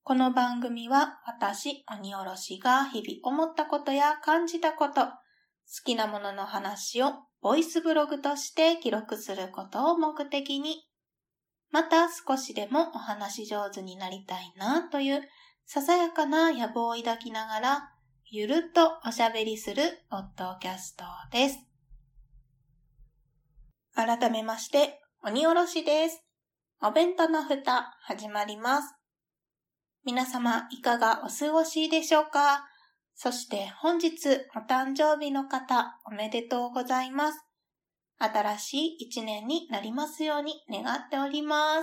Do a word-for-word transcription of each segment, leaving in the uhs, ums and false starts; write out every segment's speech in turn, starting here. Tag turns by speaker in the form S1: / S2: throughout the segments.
S1: この番組は私、鬼おろしが日々思ったことや感じたこと、好きなものの話をボイスブログとして記録することを目的に、また少しでもお話上手になりたいなというささやかな野望を抱きながら、ゆるっとおしゃべりするポッドキャストです。改めまして、鬼おろしです。お弁当の蓋、始まります。皆様、いかがお過ごしでしょうか？そして本日、お誕生日の方、おめでとうございます。新しい一年になりますように願っております。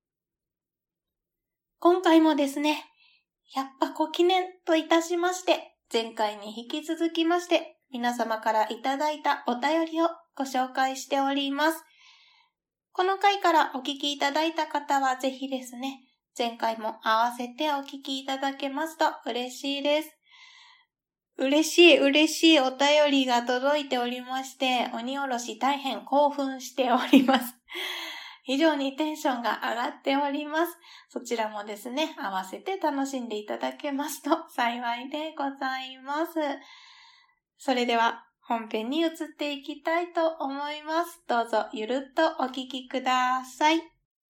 S1: 今回もですね、百箱記念といたしまして、前回に引き続きまして、皆様からいただいたお便りをご紹介しております。この回からお聞きいただいた方はぜひですね、前回も合わせてお聞きいただけますと嬉しいです。嬉しい嬉しいお便りが届いておりまして、鬼おろし大変興奮しております。非常にテンションが上がっております。そちらもですね、合わせて楽しんでいただけますと幸いでございます。それでは本編に移っていきたいと思います。どうぞゆるっとお聞きください。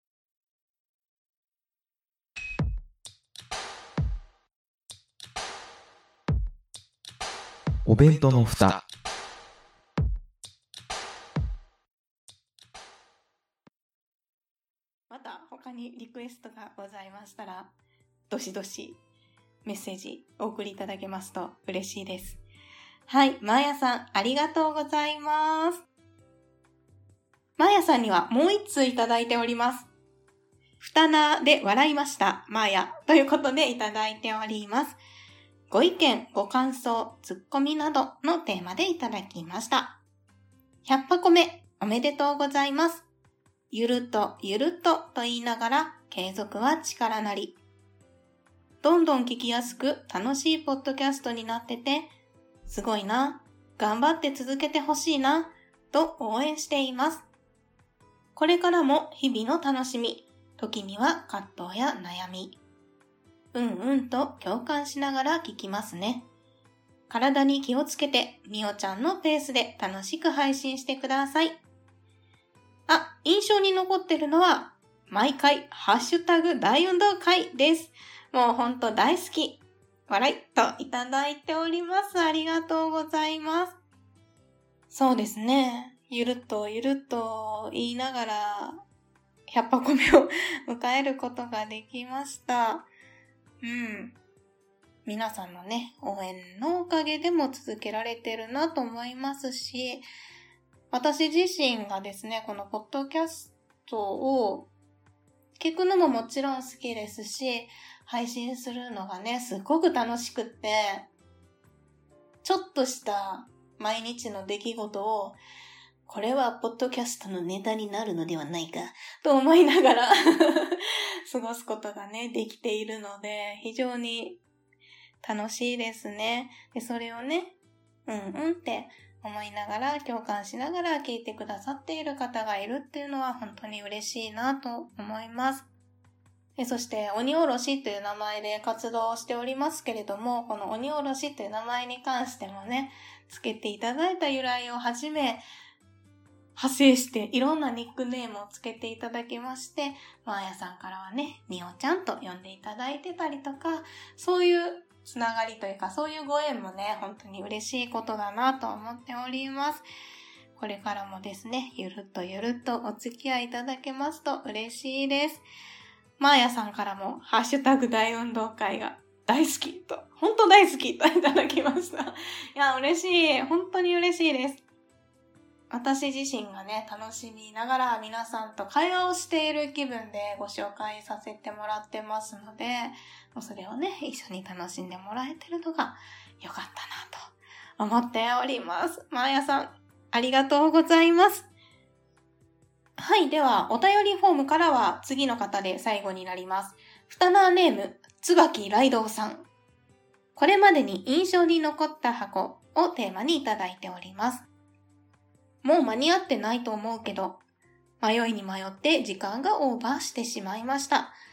S2: お弁当の蓋。
S1: また他にリクエストがございましたら、どしどしメッセージお送りいただけますと嬉しいです。はい、まーやさんありがとうございます。まーやさんにはもう一通いただいております。ふたなで笑いました、まーやということでいただいております。ご意見、ご感想、ツッコミなどのテーマでいただきました。ひゃっ箱目おめでとうございます。ゆるっとゆるっとと言いながら継続は力なり。どんどん聞きやすく楽しいポッドキャストになってて、すごいな、頑張って続けてほしいな、と応援しています。これからも日々の楽しみ、時には葛藤や悩み。うんうんと共感しながら聞きますね。体に気をつけて、みおちゃんのペースで楽しく配信してください。あ、印象に残ってるのは、毎回、ハッシュタグ大運動会です。もうほんと大好き。笑いといただいております。ありがとうございます。そうですね。ゆるっとゆるっと言いながら、ひゃっ箱目を迎えることができました。うん。皆さんのね、応援のおかげでも続けられてるなと思いますし、私自身がですね、このポッドキャストを聞くのももちろん好きですし、配信するのがね、すごく楽しくって、ちょっとした毎日の出来事を、これはポッドキャストのネタになるのではないかと思いながら過ごすことがね、できているので、非常に楽しいですね。で、それをね、うんうんって思いながら、共感しながら聞いてくださっている方がいるっていうのは本当に嬉しいなと思います。で、そして、鬼おろしという名前で活動をしておりますけれども、この鬼おろしという名前に関してもね、つけていただいた由来をはじめ、派生していろんなニックネームをつけていただきまして、まーやさんからはね、みおちゃんと呼んでいただいてたりとか、そういうつながりというか、そういうご縁もね、本当に嬉しいことだなと思っております。これからもですね、ゆるっとゆるっとお付き合いいただけますと嬉しいです。まーやさんからも、ハッシュタグ大運動会が大好きと、本当大好きといただきました。いや、嬉しい。本当に嬉しいです。私自身がね、楽しみながら皆さんと会話をしている気分でご紹介させてもらってますので、もうそれをね、一緒に楽しんでもらえてるのが良かったなと思っております。まーやさん、ありがとうございます。はい、では、お便りフォームからは次の方で最後になります。ふたなーネーム、つばきらいどうさん。これまでに印象に残った箱をテーマにいただいております。もう間に合ってないと思うけど、迷いに迷って時間がオーバーしてしまいました。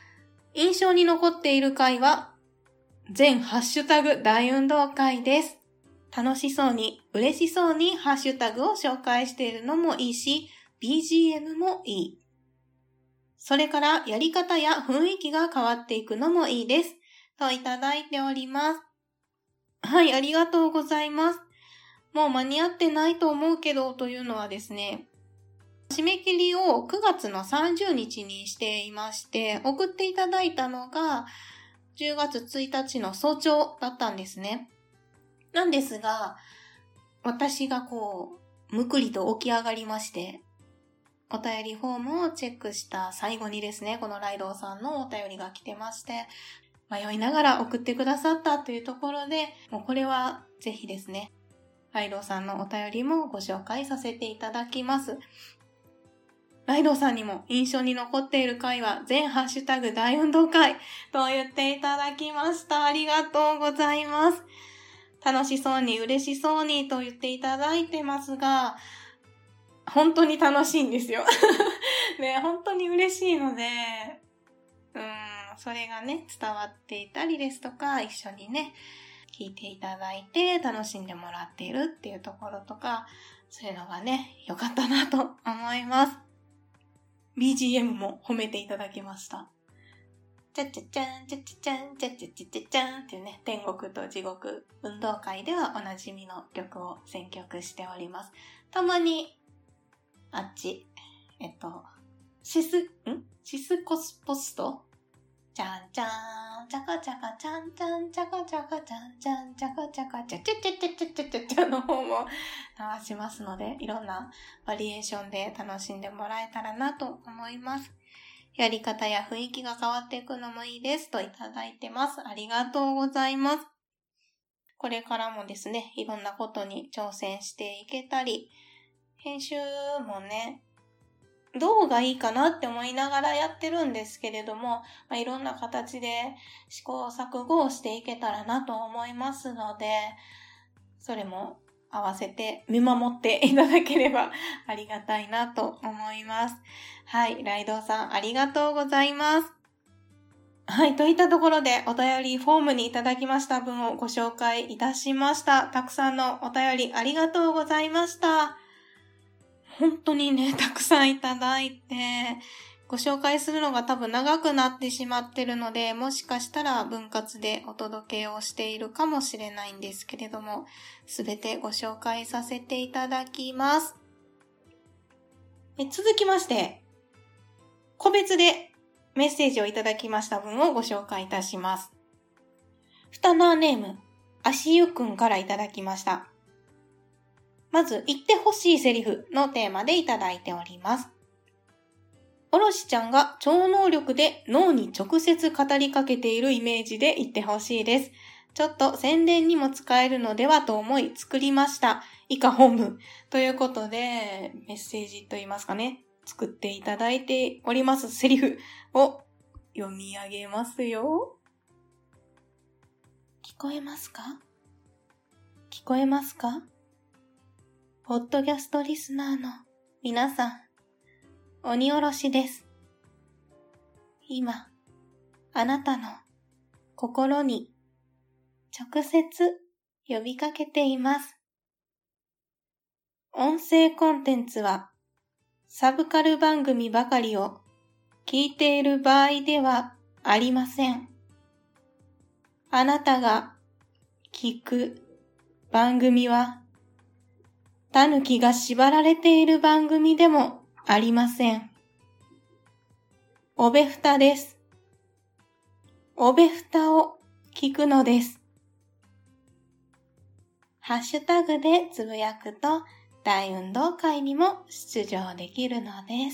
S1: 印象に残っている回は、全ハッシュタグ大運動会です。楽しそうに、嬉しそうにハッシュタグを紹介しているのもいいし、ビージーエム もいい。それからやり方や雰囲気が変わっていくのもいいです。といただいております。はい、ありがとうございます。もう間に合ってないと思うけどというのはですね、締め切りをくがつのさんじゅうにちにしていまして、送っていただいたのがじゅうがつついたちの早朝だったんですね。なんですが、私がこう、むくりと起き上がりまして、お便りフォームをチェックした最後にですね、このライドウさんのお便りが来てまして、迷いながら送ってくださったというところで、もうこれはぜひですね、ライドウさんのお便りもご紹介させていただきます。ライドウさんにも印象に残っている回は全ハッシュタグ大運動会と言っていただきました。ありがとうございます。楽しそうに嬉しそうにと言っていただいてますが、本当に楽しいんですよ。ね、本当に嬉しいので、うーん、それがね、伝わっていたりですとか、一緒にね、聞いていただいて楽しんでもらっているっていうところとか、そういうのがね、良かったなと思います。ビージーエム も褒めていただきました。チャッチャチャン、チャッチャチャン、チャッチャチャチャチャンっていうね、天国と地獄運動会ではおなじみの曲を選曲しております。たまに、あっち、えっと、シス、んシスコスポストチャンチャーン、チャカチャカチャンチャン、チャカチャカチャンチャン、チャカチャカチャチャチャチャチャチャチャチャの方も流しますので、いろんなバリエーションで楽しんでもらえたらなと思います。やり方や雰囲気が変わっていくのもいいですといただいてます。ありがとうございます。これからもですね、いろんなことに挑戦していけたり、編集もね、どうがいいかなって思いながらやってるんですけれども、まあ、いろんな形で試行錯誤をしていけたらなと思いますので、それも合わせて見守っていただければありがたいなと思います。はい、ライドウさんありがとうございます。はい、といったところでお便りフォームにいただきました分をご紹介いたしました。たくさんのお便りありがとうございました。本当にね、たくさんいただいて、ご紹介するのが多分長くなってしまってるので、もしかしたら分割でお届けをしているかもしれないんですけれども、すべてご紹介させていただきます。え続きまして、個別でメッセージをいただきました分をご紹介いたします。ふたなーネーム、あしゆくんからいただきました。まず、言ってほしいセリフのテーマでいただいております。おろしちゃんが超能力で脳に直接語りかけているイメージで言ってほしいです。ちょっと宣伝にも使えるのではと思い作りました。以下本文。ということで、メッセージといいますかね、作っていただいておりますセリフを読み上げますよ。聞こえますか？聞こえますか？ポッドキャストリスナーの皆さん、鬼おろしです。今、あなたの心に直接呼びかけています。音声コンテンツはサブカル番組ばかりを聞いている場合ではありません。あなたが聞く番組はタヌキが縛られている番組でもありません。おべふたです。おべふたを聞くのです。ハッシュタグでつぶやくと大運動会にも出場できるのです。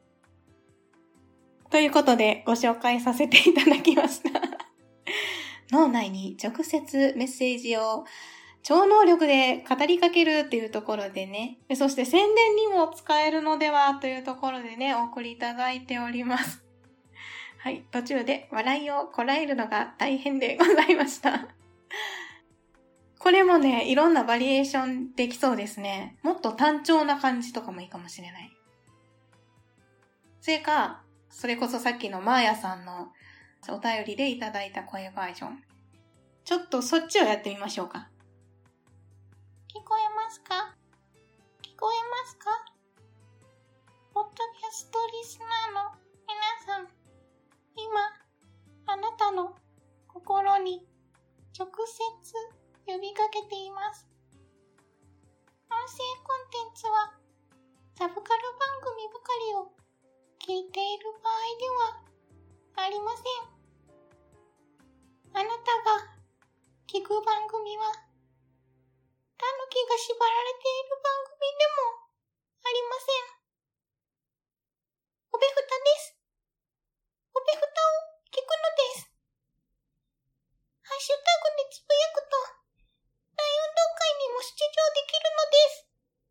S1: ということでご紹介させていただきました。脳内に直接メッセージを超能力で語りかけるっていうところでね、そして宣伝にも使えるのではというところでね、お送りいただいております。はい、途中で笑いをこらえるのが大変でございました。これもね、いろんなバリエーションできそうですね。もっと単調な感じとかもいいかもしれない。それか、それこそさっきのマーヤさんのお便りでいただいた声バージョン。ちょっとそっちをやってみましょうか。聞こえますか？聞こえますか？ポッドキャストリスナーの皆さん、今、あなたの心に直接呼びかけています。音声コンテンツはサブカル番組ばかりを聞いている場合ではありません。あなたが聞く番組はタヌキが縛られている番組でもありません。おべふたです。おべふたを聞くのです。ハッシュタグでつぶやくと大運動会にも出場できるのです。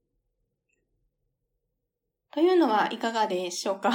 S1: というのはいかがでしょうか？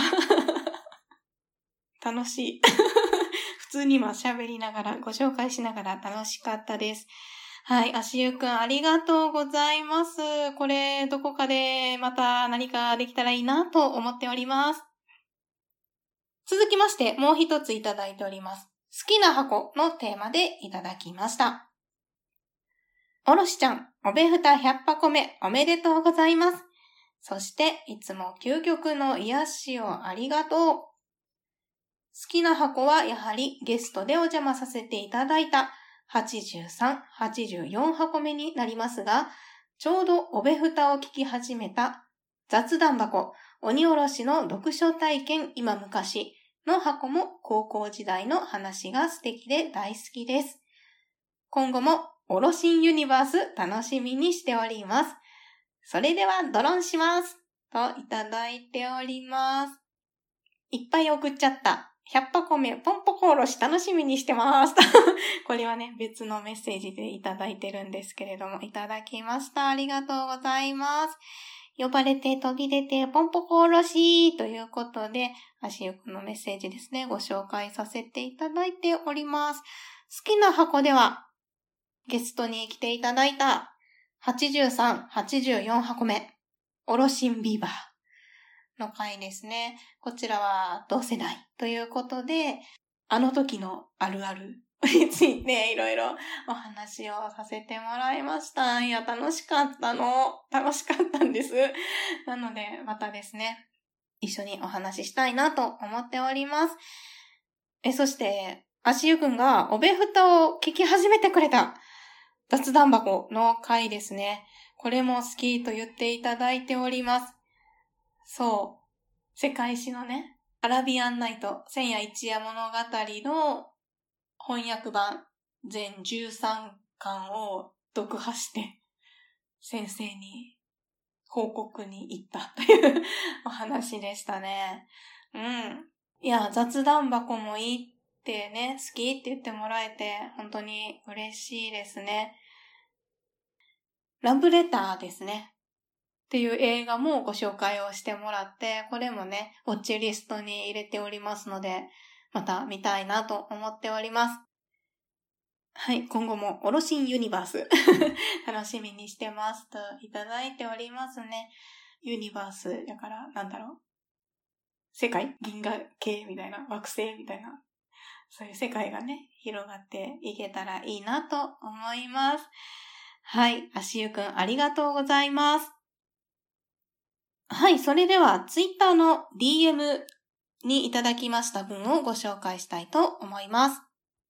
S1: 楽しい。普通に今喋りながら、ご紹介しながら楽しかったです。はい、足湯くんありがとうございます。これ、どこかでまた何かできたらいいなと思っております。続きまして、もう一ついただいております。好きな箱のテーマでいただきました。おろしちゃん、おべふたひゃっぱこめおめでとうございます。そして、いつも究極の癒しをありがとう。好きな箱はやはりゲストでお邪魔させていただいたはちじゅうさん、はちじゅうよん箱目になりますが、ちょうどおべふたを聞き始めた雑談箱、鬼おろしの読書体験今昔の箱も高校時代の話が素敵で大好きです。今後もおろしんユニバース楽しみにしております。それではドロンしますといただいております。いっぱい送っちゃった。ひゃっ箱目ポンポコおろし楽しみにしてます。これはね、別のメッセージでいただいてるんですけれども、いただきました。ありがとうございます。呼ばれて途切れてポンポコおろしということで、足ゆくのメッセージですね、ご紹介させていただいております。好きな箱では、ゲストに来ていただいたはちじゅうさん、はちじゅうよん箱目、おろしんビーバーの回ですね。こちらは同世代ということで、あの時のあるあるについていろいろお話をさせてもらいました。いや、楽しかったの。楽しかったんです。なので、またですね、一緒にお話ししたいなと思っております。え、そして、足湯くんがおべふたを聞き始めてくれた雑談箱の回ですね。これも好きと言っていただいております。そう。世界史のね、アラビアンナイト、千夜一夜物語の翻訳版全じゅうさんかんを読破して、先生に報告に行ったというお話でしたね。うん。いや、雑談箱もいいってね、好きって言ってもらえて、本当に嬉しいですね。ラブレターですね。っていう映画もご紹介をしてもらって、これもね、ウォッチリストに入れておりますので、また見たいなと思っております。はい、今後もおろしんユニバース楽しみにしてますといただいておりますね。ユニバースだからなんだろう、世界銀河系みたいな、惑星みたいな、そういう世界がね広がっていけたらいいなと思います。はい、足湯くんありがとうございます。はい、それではツイッターの ディーエム にいただきました文をご紹介したいと思います。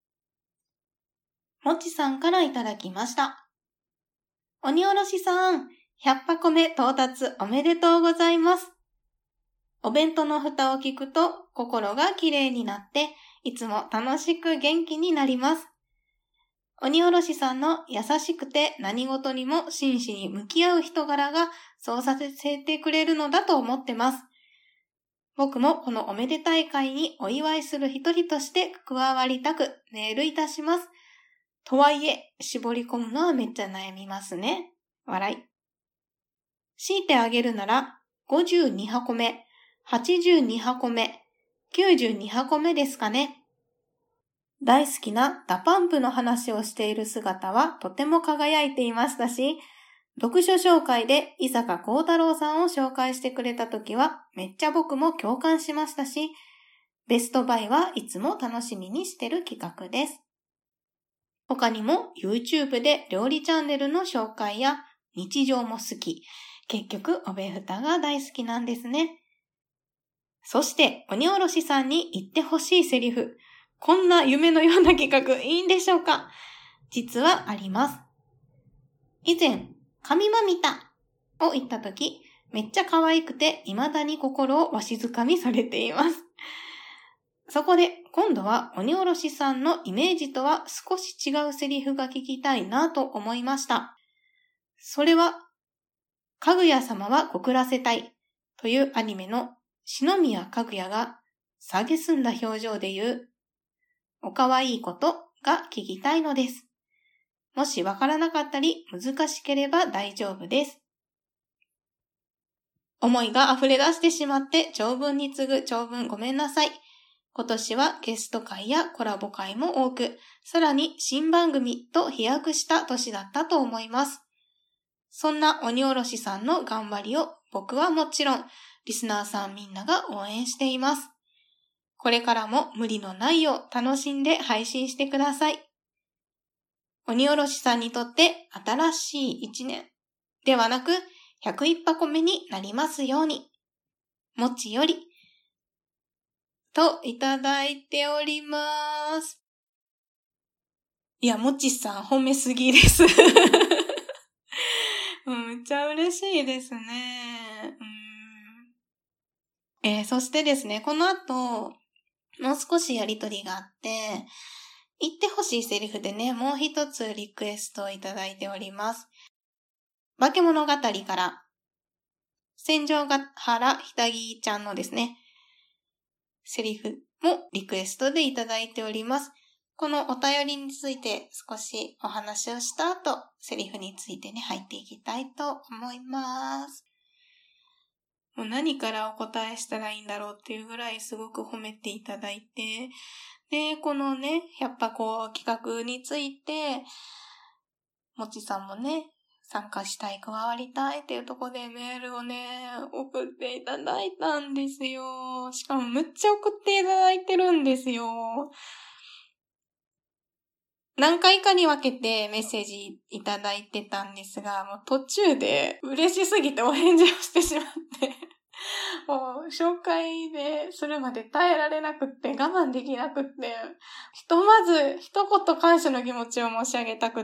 S1: もちさんからいただきました。鬼おろしさん、ひゃっ箱目到達おめでとうございます。お弁当の蓋を聞くと心がきれいになって、いつも楽しく元気になります。鬼おろしさんの優しくて何事にも真摯に向き合う人柄がそうさせてくれるのだと思ってます。僕もこのおめでたい会にお祝いする一人として加わりたくメールいたします。とはいえ、絞り込むのはめっちゃ悩みますね。笑い。強いてあげるなら、ごじゅうに箱目、はちじゅうに箱目、きゅうじゅうに箱目ですかね。大好きなダパンプの話をしている姿はとても輝いていましたし、読書紹介で伊坂幸太郎さんを紹介してくれたときはめっちゃ僕も共感しましたし、 ベストバイはいつも楽しみにしてる企画です。他にも YouTube で料理チャンネルの紹介や日常も好き。結局おべふたが大好きなんですね。そして鬼おろしさんに言ってほしいセリフ。こんな夢のような企画いいんでしょうか？実はあります。以前、神まみたを言ったとき、めっちゃ可愛くて未だに心をわしづかみされています。そこで今度は鬼おろしさんのイメージとは少し違うセリフが聞きたいなと思いました。それは、かぐや様は告らせたいというアニメの篠宮かぐやが蔑んだ表情で言うおかわいいことが聞きたいのです。もしわからなかったり難しければ大丈夫です。思いが溢れ出してしまって長文に次ぐ長文ごめんなさい。今年はゲスト会やコラボ会も多く、さらに新番組と飛躍した年だったと思います。そんな鬼おろしさんの頑張りを僕はもちろん、リスナーさんみんなが応援しています。これからも無理のないよう楽しんで配信してください。鬼おろしさんにとって新しい一年ではなくひゃくいち箱目になりますように。もちよりといただいております。いや、もちさん褒めすぎです。めっちゃ嬉しいですね。うんえー、そしてですね、この後、もう少しやりとりがあって、言ってほしいセリフでね、もう一つリクエストをいただいております。化け物語から、戦場原ひたぎちゃんのですね、セリフもリクエストでいただいております。このお便りについて少しお話をした後、セリフについてね、入っていきたいと思います。もう何からお答えしたらいいんだろうっていうぐらいすごく褒めていただいて、で、このね、やっぱこう企画について、もちさんもね、参加したい、加わりたいっていうところでメールをね、送っていただいたんですよ。しかもむっちゃ送っていただいてるんですよ。何回かに分けてメッセージいただいてたんですが、もう途中で嬉しすぎてお返事をしてしまって、もう紹介でするまで耐えられなくって、我慢できなくって、ひとまず一言感謝の気持ちを申し上げたくって、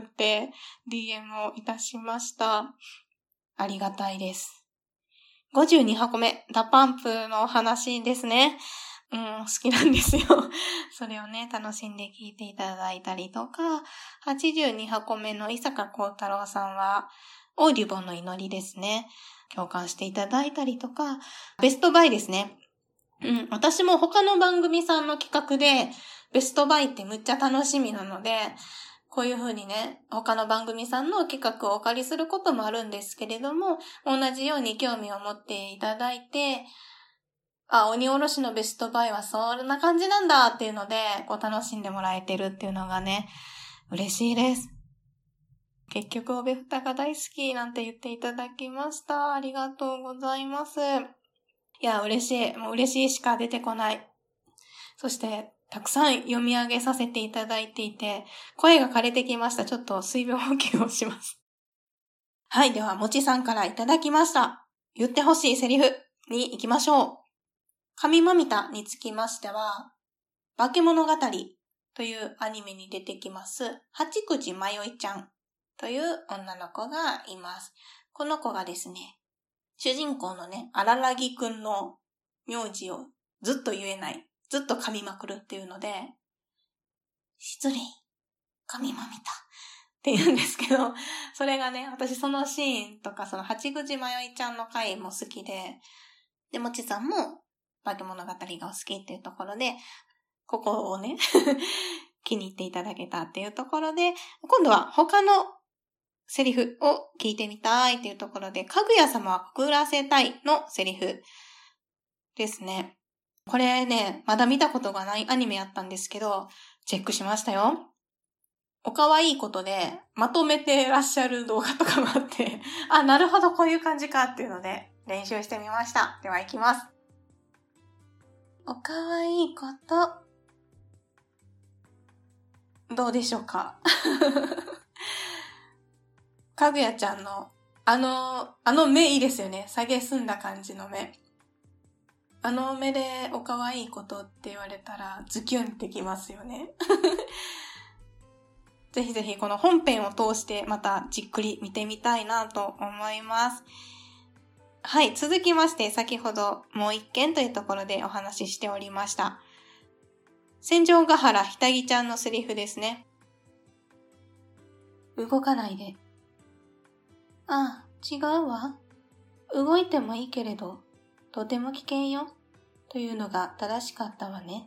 S1: ディーエム をいたしました。ありがたいです。ごじゅうに箱目、ダパンプの話ですね。うん、好きなんですよ。それをね、楽しんで聞いていただいたりとか、はちじゅうに箱目の伊坂幸太郎さんは、オーディボンの祈りですね。共感していただいたりとか、ベストバイですね。うん、私も他の番組さんの企画で、ベストバイってむっちゃ楽しみなので、こういう風にね、他の番組さんの企画をお借りすることもあるんですけれども、同じように興味を持っていただいて、あ、鬼おろしのベストバイはそんな感じなんだっていうので、こう楽しんでもらえてるっていうのがね、嬉しいです。結局おべふたが大好きなんて言っていただきました。ありがとうございます。いや、嬉しい。もう嬉しいしか出てこない。そして、たくさん読み上げさせていただいていて、声が枯れてきました。ちょっと水分補給をします。はい、では、もちさんからいただきました。言ってほしいセリフに行きましょう。神まみたにつきましては、化け物語というアニメに出てきます、八口まよいちゃんという女の子がいます。この子がですね、主人公のね、荒らぎくんの名字をずっと言えない、ずっと噛みまくるっていうので、失礼、神まみたって言うんですけど、それがね、私そのシーンとか、その八口まよいちゃんの回も好きで、で、もちさんも化け物語がお好きっていうところで、ここをね、気に入っていただけたっていうところで、今度は他のセリフを聞いてみたいっていうところで、かぐや様は告らせたいのセリフですね。これね、まだ見たことがないアニメやったんですけど、チェックしましたよ。おかわいいことでまとめてらっしゃる動画とかもあって、あ、なるほどこういう感じかっていうので練習してみました。では行きます。 おかわいいこと、どうでしょうかかぐやちゃんの、あの、あの目いいですよね。下げすんだ感じの目。あの目でおかわいいことって言われたらズキュンってきますよね。ぜひぜひこの本編を通してまたじっくり見てみたいなと思います。はい、続きまして先ほどもう一件というところでお話ししておりました。戦場ヶ原ひたぎちゃんのセリフですね。動かないで。ああ、違うわ。動いてもいいけれど、とても危険よ。というのが正しかったわね。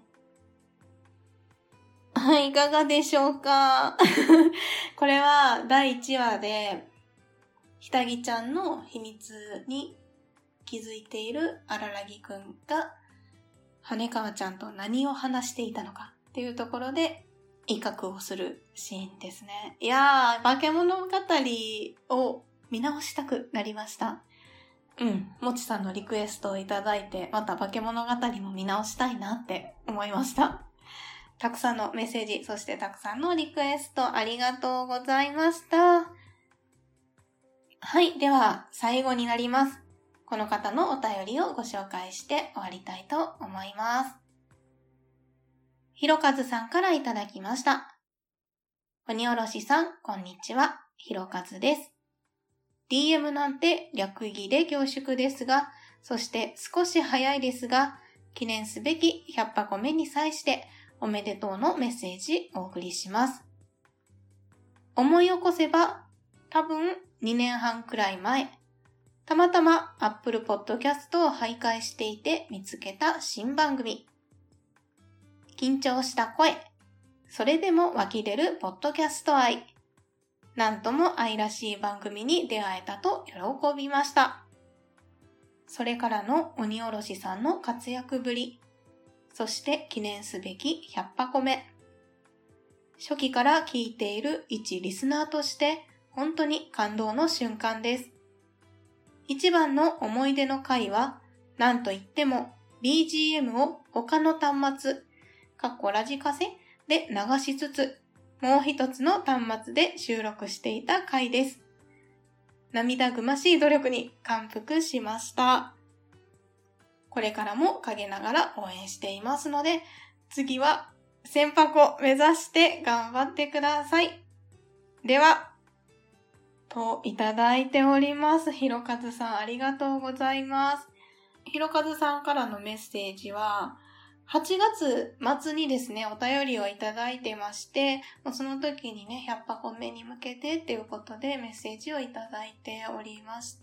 S1: はい、いかがでしょうかこれはだいいちわで、ひたぎちゃんの秘密に気づいている荒らぎくんが、羽川ちゃんと何を話していたのかっていうところで威嚇をするシーンですね。いやー、化け物語を見直したくなりました。うん、もちさんのリクエストをいただいて、また化け物語も見直したいなって思いました。たくさんのメッセージ、そしてたくさんのリクエストありがとうございました。はい、では最後になります。この方のお便りをご紹介して終わりたいと思います。ひろかずさんからいただきました。鬼おろしさん、こんにちは。ひろかずです。ディーエム なんて略義で恐縮ですが、そして少し早いですが、記念すべきひゃっぱこめに際しておめでとうのメッセージお送りします。思い起こせば、多分にねんはんくらい前、たまたま Apple Podcast を徘徊していて見つけた新番組。緊張した声、それでも湧き出るポッドキャスト愛。なんとも愛らしい番組に出会えたと喜びました。それからの鬼おろしさんの活躍ぶり、そして記念すべきひゃっぱこめ。初期から聞いている一リスナーとして本当に感動の瞬間です。一番の思い出の回は、なんといっても ビージーエム を他の端末、かっこラジカセで流しつつ、もう一つの端末で収録していた回です。涙ぐましい努力に感服しました。これからも陰ながら応援していますので、次はせんぱこ目指して頑張ってください。では、といただいております。ひろかずさんありがとうございます。ひろかずさんからのメッセージは、はちがつ末にですね、お便りをいただいてまして、その時にね、ひゃっぱこめに向けてっていうことでメッセージをいただいておりました。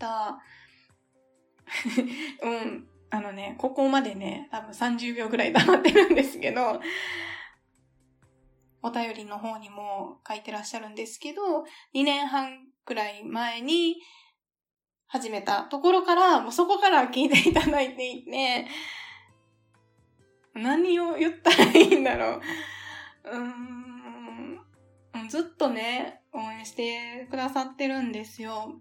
S1: うん、あのね、ここまでね、多分さんじゅうびょうぐらい黙ってるんですけど、お便りの方にも書いてらっしゃるんですけど、にねんはんくらい前に始めたところから、もうそこから聞いていただいていて、何を言ったらいいんだろう。うーん、ずっとね、応援してくださってるんですよ。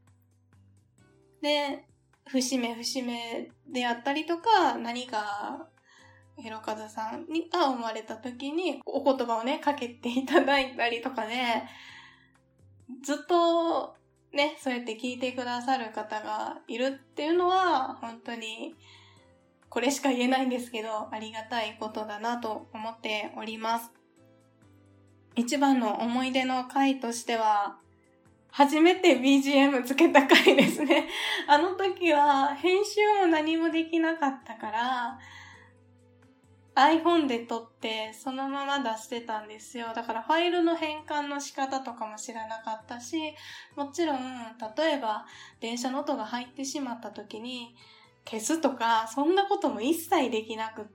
S1: で、節目節目であったりとか、何か、ひろかずさんにが生まれた時にお言葉をね、かけていただいたりとかね、ずっとね、そうやって聞いてくださる方がいるっていうのは、本当に、これしか言えないんですけど、ありがたいことだなと思っております。一番の思い出の回としては、初めて ビージーエム つけた回ですね。あの時は編集も何もできなかったから、iPhone で撮ってそのまま出してたんですよ。だからファイルの変換の仕方とかも知らなかったし、もちろん、例えば電車の音が入ってしまった時に、消すとか、そんなことも一切できなくって、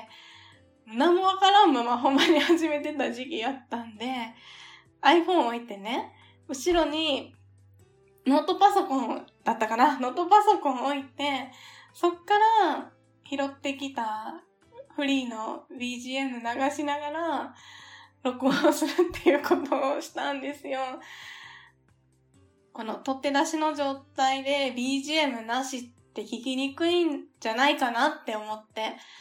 S1: 何もわからんままほんまに始めてた時期やったんで、iPhone 置いてね、後ろにノートパソコンだったかな、ノートパソコン置いて、そっから拾ってきたフリーの ビージーエム 流しながら録音するっていうことをしたんですよ。この取って出しの状態で ビージーエム なしって聞きにくいんじゃないかなって思って、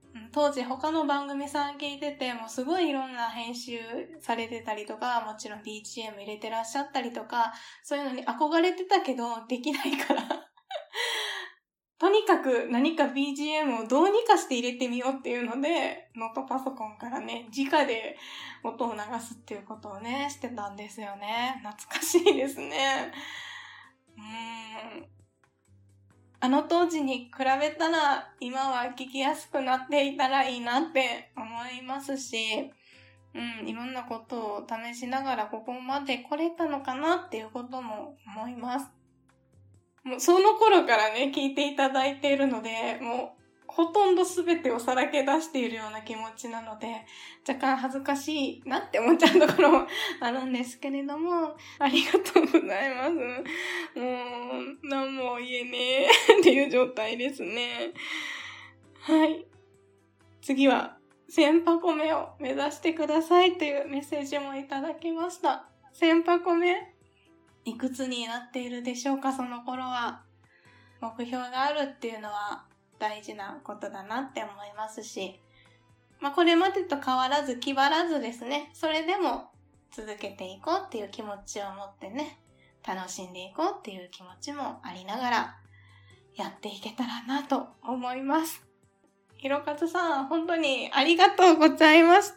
S1: 当時他の番組さん聞いてて、もうすごいいろんな編集されてたりとか、もちろん ビージーエム 入れてらっしゃったりとか、そういうのに憧れてたけど、できないから。とにかく何か ビージーエム をどうにかして入れてみようっていうので、ノートパソコンからね、直で音を流すっていうことをね、してたんですよね。懐かしいですね。うーん。あの当時に比べたら今は聞きやすくなっていたらいいなって思いますし、うん、いろんなことを試しながらここまで来れたのかなっていうことも思います。もうその頃からね、聞いていただいているので、もうほとんど全てをさらけ出しているような気持ちなので、若干恥ずかしいなって思っちゃうところもあるんですけれども、ありがとうございます。もう、何も言えねえっていう状態ですね。はい。次は、せんパコ目を目指してくださいというメッセージもいただきました。せんパコ目、いくつになっているでしょうか、その頃は。目標があるっていうのは大事なことだなって思いますし、まあこれまでと変わらず気張らずですね、それでも続けていこうっていう気持ちを持ってね、楽しんでいこうっていう気持ちもありながらやっていけたらなと思います。ひろかずさん、本当にありがとうございました。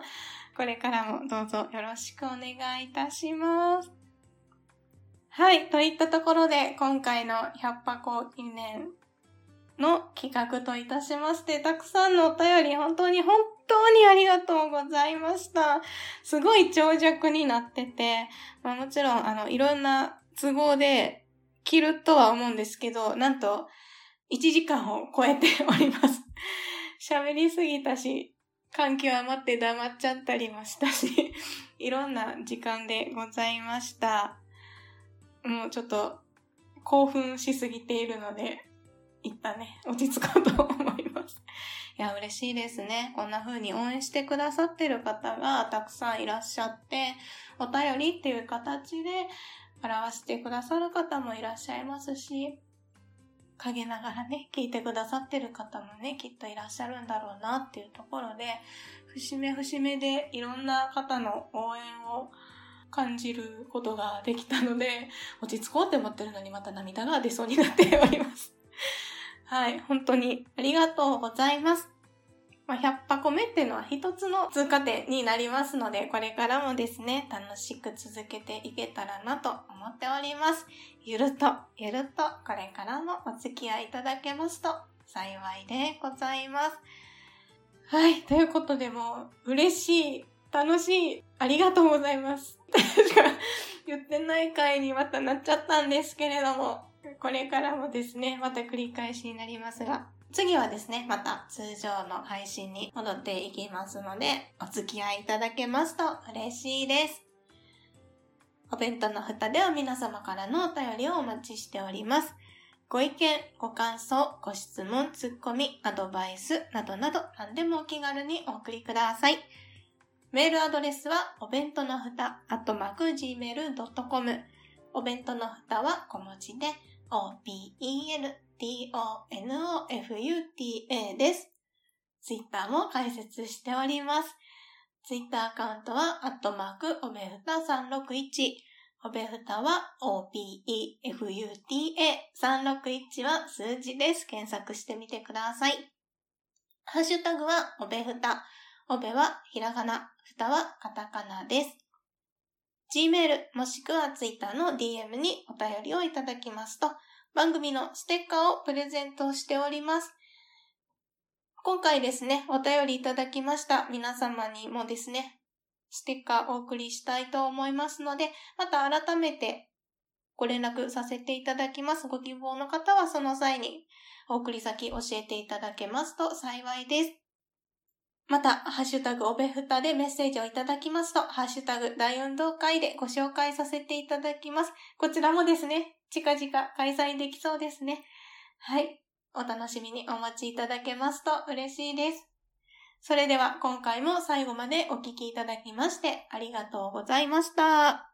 S1: これからもどうぞよろしくお願いいたします。はい。といったところで、今回のひゃっパコ記念の企画といたしまして、たくさんのお便り、本当に本当にありがとうございました。すごい長尺になってて、まあ、もちろん、あの、いろんな都合で切るとは思うんですけど、なんと、いちじかんを超えております。喋りすぎたし、感極まって黙っちゃったりもしたし、いろんな時間でございました。もうちょっと興奮しすぎているので、一旦ね、落ち着こうと思います。いや、嬉しいですね。こんな風に応援してくださってる方がたくさんいらっしゃって、お便りっていう形で表してくださる方もいらっしゃいますし、陰ながらね、聞いてくださってる方もね、きっといらっしゃるんだろうなっていうところで、節目節目でいろんな方の応援を感じることができたので、落ち着こうって思ってるのにまた涙が出そうになっております。はい、本当にありがとうございます。まあ、ひゃっパコ目っていうのは一つの通過点になりますので、これからもですね、楽しく続けていけたらなと思っております。ゆるっと、ゆるっと、これからもお付き合いいただけますと幸いでございます。はい、ということでもう、嬉しい、楽しい、ありがとうございます。しか言ってない回にまたなっちゃったんですけれども、これからもですね、また繰り返しになりますが、次はですね、また通常の配信に戻っていきますので、お付き合いいただけますと嬉しいです。お弁当の蓋では皆様からのお便りをお待ちしております。ご意見、ご感想、ご質問、ツッコミ、アドバイスなどなど何でもお気軽にお送りください。メールアドレスはお弁当のふたアットマーク ジーメールドットコム。お弁当のふたは小文字で オーピーイーエヌティーオーエヌオーエフユーティーエー です。ツイッターも開設しております。ツイッターアカウントはアットマークおべふたさんろくいち。おべふたは オーピーイーエフユーティーエー。さんろくいちは数字です。検索してみてください。ハッシュタグはおべふた。おべはひらがな、ふたはカタカナです。Gmail もしくは Twitter の ディーエム にお便りをいただきますと、番組のステッカーをプレゼントしております。今回ですね、お便りいただきました皆様にもですね、ステッカーお送りしたいと思いますので、また改めてご連絡させていただきます。ご希望の方はその際にお送り先教えていただけますと幸いです。また、ハッシュタグおべふたでメッセージをいただきますと、ハッシュタグ大運動会でご紹介させていただきます。こちらもですね、近々開催できそうですね。はい。お楽しみにお待ちいただけますと嬉しいです。それでは今回も最後までお聞きいただきましてありがとうございました。